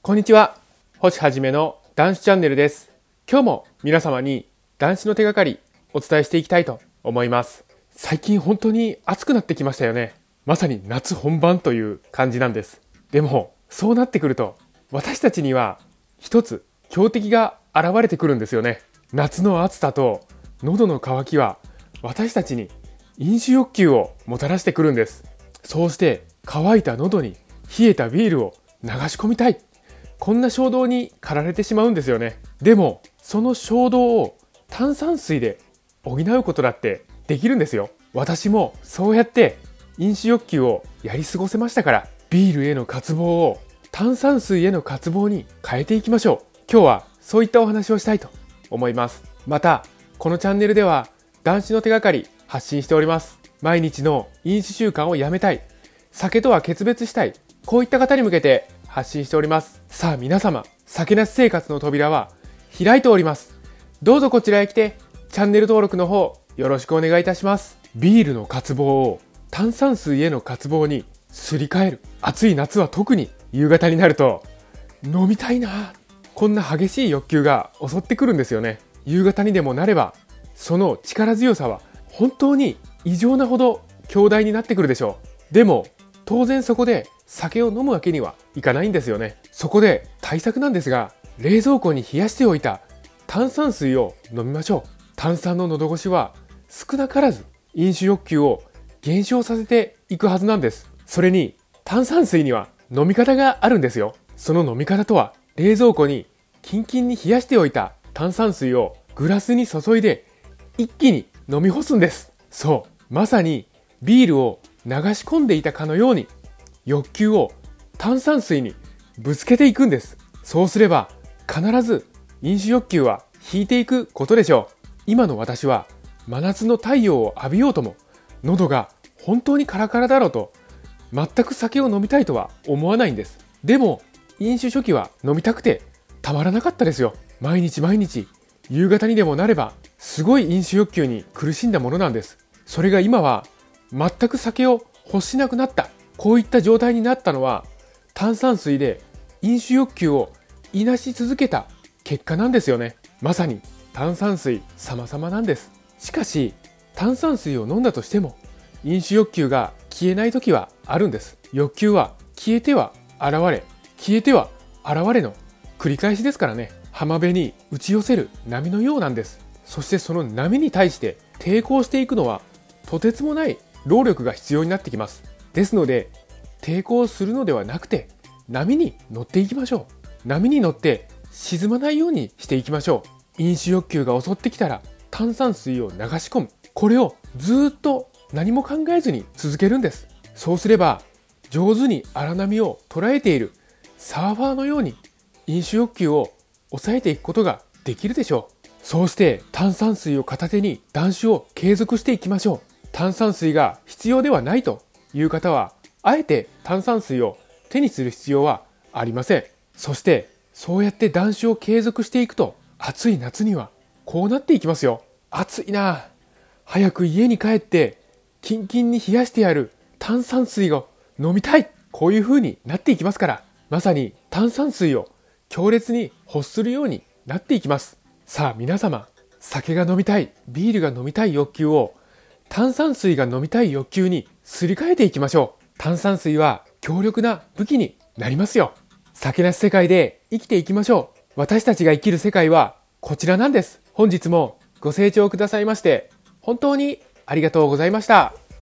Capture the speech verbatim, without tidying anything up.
こんにちは。星はじめの男子チャンネルです。今日も皆様に男子の手がかりお伝えしていきたいと思います。最近本当に暑くなってきましたよね。まさに夏本番という感じなんです。でもそうなってくると私たちには一つ強敵が現れてくるんですよね。夏の暑さと喉の渇きは私たちに飲酒欲求をもたらしてくるんです。そうして乾いた喉に冷えたビールを流し込みたい、こんな衝動に駆られてしまうんですよね。でもその衝動を炭酸水で補うことだってできるんですよ。私もそうやって飲酒欲求をやり過ごせましたから、ビールへの渇望を炭酸水への渇望に変えていきましょう。今日はそういったお話をしたいと思います。またこのチャンネルでは男子の手がかり発信しております。毎日の飲酒習慣をやめたい、酒とは決別したい、こういった方に向けて発信しております。さあ皆様、酒なし生活の扉は開いております。どうぞこちらへ来てチャンネル登録の方よろしくお願いいたします。ビールの渇望を炭酸水への渇望にすり替える。暑い夏は特に夕方になると飲みたいな、こんな激しい欲求が襲ってくるんですよね。夕方にでもなればその力強さは本当に異常なほど強大になってくるでしょう。でも当然そこで酒を飲むわけにはいかないんですよね。そこで対策なんですが、冷蔵庫に冷やしておいた炭酸水を飲みましょう。炭酸の喉越しは少なからず飲酒欲求を減少させていくはずなんです。それに炭酸水には飲み方があるんですよ。その飲み方とは、冷蔵庫にキンキンに冷やしておいた炭酸水をグラスに注いで一気に飲み干すんです。そう、まさにビールを流し込んでいたかのように欲求を炭酸水にぶつけていくんです。そうすれば必ず飲酒欲求は引いていくことでしょう。今の私は真夏の太陽を浴びようとも喉が本当にカラカラだろうと全く酒を飲みたいとは思わないんです。でも飲酒初期は飲みたくてたまらなかったですよ。毎日毎日夕方にでもなればすごい飲酒欲求に苦しんだものなんです。それが今は全く酒を欲しなくなった、こういった状態になったのは炭酸水で飲酒欲求をいなし続けた結果なんですよね。まさに炭酸水様々なんです。しかし炭酸水を飲んだとしても飲酒欲求が消えない時はあるんです。欲求は消えては現れ、消えては現れの繰り返しですからね。浜辺に打ち寄せる波のようなんです。そしてその波に対して抵抗していくのはとてつもない労力が必要になってきます。ですので抵抗するのではなくて波に乗っていきましょう。波に乗って沈まないようにしていきましょう。飲酒欲求が襲ってきたら炭酸水を流し込む、これをずっと何も考えずに続けるんです。そうすれば上手に荒波を捉えているサーファーのように飲酒欲求を抑えていくことができるでしょう。そうして炭酸水を片手に断酒を継続していきましょう。炭酸水が必要ではないという方はあえて炭酸水を手にする必要はありません。そしてそうやって断酒を継続していくと、暑い夏にはこうなっていきますよ。暑いな、早く家に帰ってキンキンに冷やしてある炭酸水を飲みたい、こういう風になっていきますから、まさに炭酸水を強烈に欲するようになっていきます。さあ皆様、酒が飲みたい、ビールが飲みたい欲求を炭酸水が飲みたい欲求にすり替えていきましょう。炭酸水は強力な武器になりますよ。酒なし世界で生きていきましょう。私たちが生きる世界はこちらなんです。本日もご清聴くださいまして本当にありがとうございました。